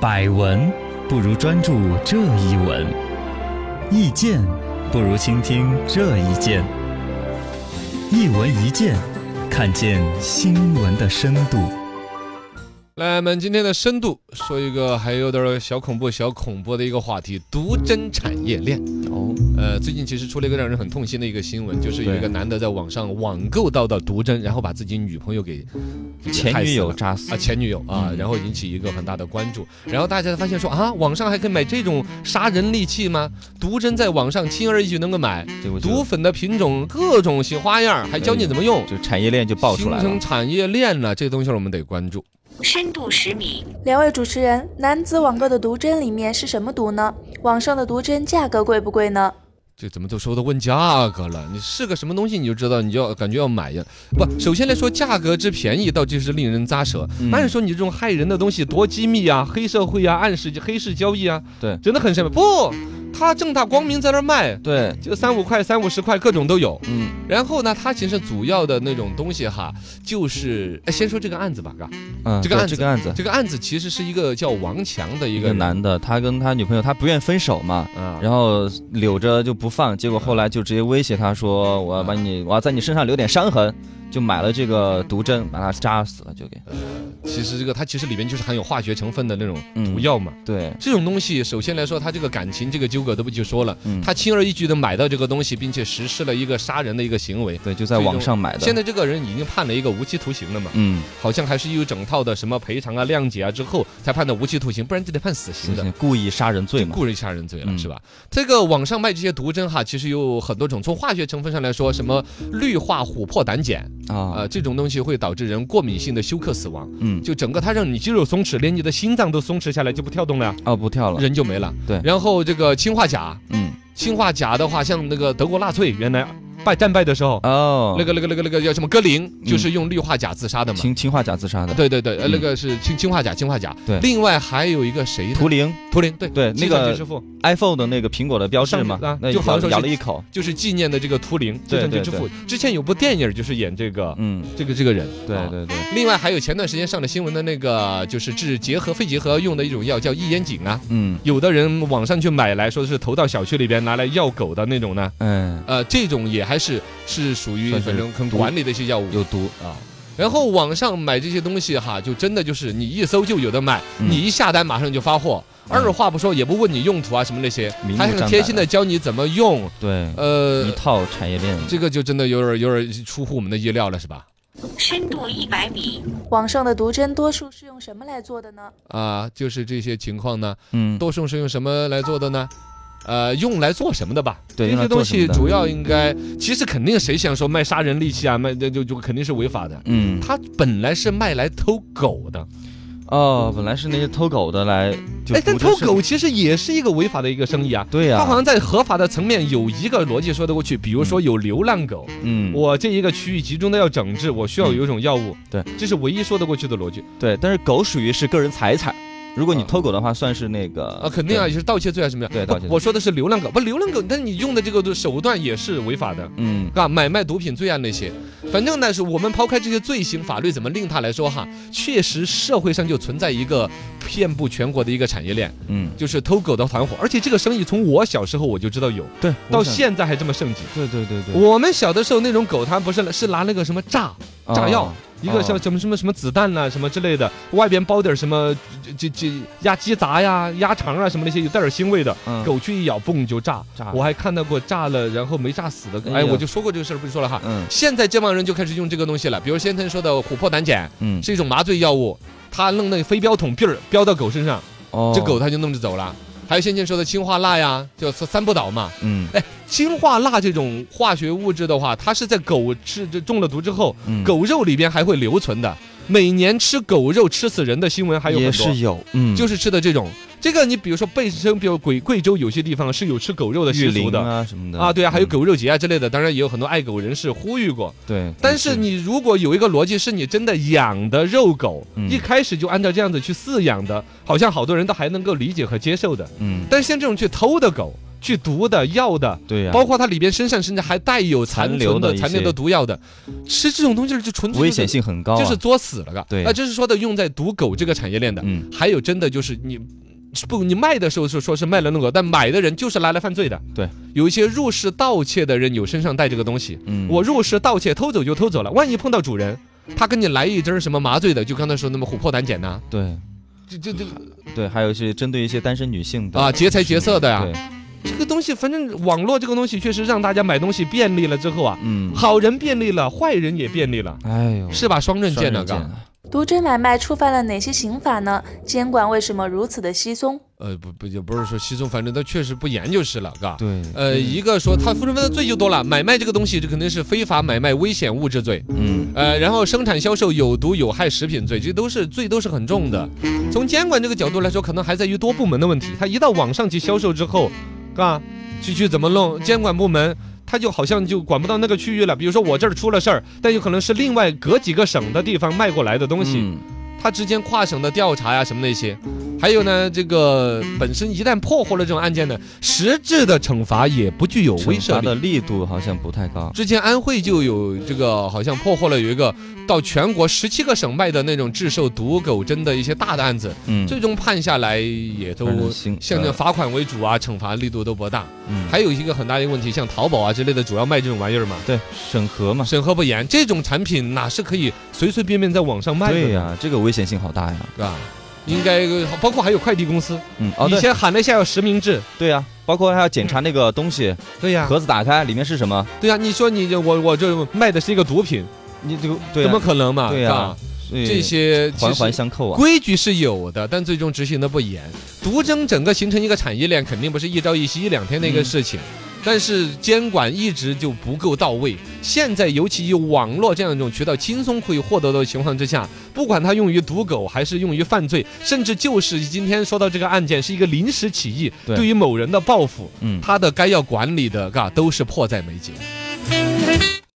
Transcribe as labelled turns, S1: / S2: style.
S1: 百闻不如专注这一闻，意见不如倾听这一见。一闻一见，看见新闻的深度。
S2: 来，我们今天的深度说一个还有点小恐怖的一个话题：毒针产业链。最近其实出了一个让人很痛心的一个新闻，就是有一个男的在网上网购到的毒针，然后把自己女朋友给
S3: 前女友扎死
S2: 啊，前女友啊，然后引起一个很大的关注。然后大家发现说啊，网上还可以买这种杀人利器吗？毒针在网上轻而易举能够买，毒粉的品种各种新花样，还教你怎么用，
S3: 就产业链就爆出来了，
S2: 形成产业链了。这个东西我们得关注。
S4: 深度10米，
S5: 两位主持人，男子网购的毒针里面是什么毒呢？网上的毒针价格贵不贵呢？
S2: 这怎么都说到问价格了？你是个什么东西你就知道，你就要感觉要买呀。不，首先来说价格之便宜，倒就是令人咂舌。按说你这种害人的东西多机密啊，黑社会啊，黑市交易啊，
S3: 对，
S2: 真的很神秘。不，他正大光明在那儿卖，
S3: 对，
S2: 就3-5块、30-50块，各种都有。然后呢，它其实主要的那种东西哈，就是先说这个案子吧，嘎，这个案子其实是一个叫王强的一个
S3: 男的，他跟他女朋友他不愿分手嘛，然后留着就不放，结果后来就直接威胁他说，我要在你身上留点伤痕。就买了这个毒针，把他扎死了，就给。
S2: 其实这个它其实里面就是含有化学成分的那种毒药嘛。
S3: 对，
S2: 这种东西首先来说，它这个感情这个纠葛都不就说了，他轻而易举的买到这个东西，并且实施了一个杀人的一个行为。
S3: 对，就在网上买的。
S2: 现在这个人已经判了一个无期徒刑了嘛。好像还是有整套的什么赔偿啊、谅解啊之后才判的无期徒刑，不然就得判死刑的。
S3: 故意杀人罪嘛。
S2: 故意杀人罪了，是吧？这个网上卖这些毒针哈，其实有很多种。从化学成分上来说，什么氯化琥珀胆碱这种东西会导致人过敏性的休克死亡。就整个它让你肌肉松弛，连你的心脏都松弛下来，就不跳动了。
S3: 不跳了，
S2: 人就没了。
S3: 对，
S2: 然后这个氰化钾，氰化钾的话，像那个德国纳粹原来战败的时候，那个叫什么戈林，就是用氯化钾自杀的嘛。
S3: 氰化钾自杀的。
S2: 对，那个是氰化钾。
S3: 对，
S2: 另外还有一个谁？
S3: 图灵，对，那个 iPhone 的那个苹果的标志嘛，
S2: 就好像
S3: 咬了一口，
S2: 就是纪念的这个图灵，计算机之父。之前有部电影就是演这个，这个人。
S3: 对。
S2: 另外还有前段时间上了新闻的那个，就是治结核、肺结核用的一种药，叫异烟肼啊。有的人网上去买来说是投到小区里边拿来药狗的那种呢。这种也还是属于反正很管理的一些药物，
S3: 有毒啊。
S2: 然后网上买这些东西哈，就真的就是你一搜就有的卖，你一下单马上就发货，二话不说也不问你用途啊什么那些，还很贴心的教你怎么用。
S3: 对，一套产业链，
S2: 这个就真的有点出乎我们的意料了，是吧？
S4: 深度100米，
S5: 网上的毒针多数是用什么来做的呢？
S2: 就是这些情况呢，多数是用什么来做的呢？用来做什么的吧？
S3: 对，
S2: 这些东西主要应该，其实肯定谁想说卖杀人利器啊，卖就肯定是违法的。它本来是卖来偷狗的。
S3: 本来是那些偷狗的来，
S2: 但偷狗其实也是一个违法的一个生意啊。
S3: 对呀，
S2: 它好像在合法的层面有一个逻辑说得过去，比如说有流浪狗，我这一个区域集中的要整治，我需要有一种药物，
S3: 对，
S2: 这是唯一说得过去的逻辑。
S3: 对，但是狗属于是个人财产。如果你偷狗的话，算是那个
S2: 肯定啊，也是盗窃罪啊什么的。
S3: 对，盗窃罪。
S2: 我说的是流浪狗，流浪狗，但是你用的这个手段也是违法的，买卖毒品罪啊那些。反正呢，是我们抛开这些罪行，法律怎么令它来说哈，确实社会上就存在一个遍布全国的一个产业链，就是偷狗的团伙，而且这个生意从我小时候我就知道有，
S3: 对，
S2: 到现在还这么盛行。
S3: 对。
S2: 我们小的时候那种狗，它不是拿那个什么炸药。一个像什么子弹呐、什么之类的，外边包点什么压鸡杂呀、鸭肠啊什么那些有带点腥味的，狗去一咬，嘣就炸。我还看到过炸了然后没炸死的。我就说过这个事儿，不是说了哈。现在这帮人就开始用这个东西了，比如先前说的琥珀胆碱，是一种麻醉药物，他弄那个飞镖筒篦儿飙到狗身上，这狗它就弄着走了。还有先前说的氰化钠呀，就三不倒嘛。氰化钠这种化学物质的话，它是在狗中了毒之后，狗肉里边还会留存的。每年吃狗肉吃死人的新闻还有很多，
S3: 也是有，
S2: 就是吃的这种。这个你比如说比如贵州有些地方是有吃狗肉的习俗的
S3: 啊什么的
S2: 对啊，还有狗肉节啊之类的，当然也有很多爱狗人士呼吁过。
S3: 对，
S2: 但是你如果有一个逻辑是你真的养的肉狗，一开始就按照这样子去饲养的，好像好多人都还能够理解和接受的。但是像这种去偷的狗， 去毒的药的，
S3: 对呀，
S2: 包括它里边身上甚至还带有残留的毒药的，吃这种东西就纯粹
S3: 危险性很高，
S2: 就是作死了个。
S3: 对，
S2: 这是说的用在毒狗这个产业链的。还有真的就是你卖的时候是说是卖了那个，但买的人就是拿来犯罪的。
S3: 对，
S2: 有一些入室盗窃的人有身上带这个东西，我入室盗窃偷走就偷走了，万一碰到主人，他跟你来一针什么麻醉的，就刚才说那么琥珀胆碱呐，
S3: 对，对，还有是针对一些单身女性的
S2: 劫财劫色的呀。
S3: 对，
S2: 这个东西，反正网络这个东西确实让大家买东西便利了之后啊，好人便利了，坏人也便利了，
S3: 哎呦，
S2: 是把双刃剑的。
S5: 毒针买卖触犯了哪些刑法呢？监管为什么如此的稀松？
S2: 不是说稀松，反正他确实不严就是了，嘎。
S3: 对，
S2: 一个说他触犯的罪就多了，买卖这个东西，这肯定是非法买卖危险物质罪。然后生产销售有毒有害食品罪，这都是很重的。从监管这个角度来说，可能还在于多部门的问题。他一到网上去销售之后，嘎，去怎么弄？监管部门他就好像就管不到那个区域了。比如说我这儿出了事儿，但有可能是另外隔几个省的地方卖过来的东西。它之间跨省的调查呀，什么那些，还有呢，这个本身一旦破获了这种案件呢，实质的惩罚也不具有威慑力，
S3: 惩罚的力度好像不太高。
S2: 之前安徽就有这个，好像破获了有一个到全国17个省卖的那种制售毒狗针的一些大的案子，最终判下来也都像这罚款为主啊，惩罚力度都不大。还有一个很大的问题，像淘宝啊之类的，主要卖这种玩意儿嘛，
S3: 对，审核
S2: 不严，这种产品哪是可以随随便便在网上卖的？
S3: 对呀，这个危险性好大呀，
S2: 啊，应该包括还有快递公司，以前喊了一下要实名制，
S3: 对呀，包括还要检查那个东西，
S2: 对呀，
S3: 盒子打开里面是什么？
S2: 对呀，你说我这卖的是一个毒品，
S3: 你这个对
S2: 怎么可能嘛？
S3: 对呀。
S2: 这些
S3: 环环相扣啊，
S2: 规矩是有的，但最终执行的不严。毒针整个形成一个产业链，肯定不是一朝一夕1-2天的一个事情，但是监管一直就不够到位。现在尤其以网络这样一种渠道轻松可以获得的情况之下，不管它用于毒狗还是用于犯罪，甚至就是今天说到这个案件是一个临时起意，对于某人的报复，他的该要管理的都是迫在眉睫。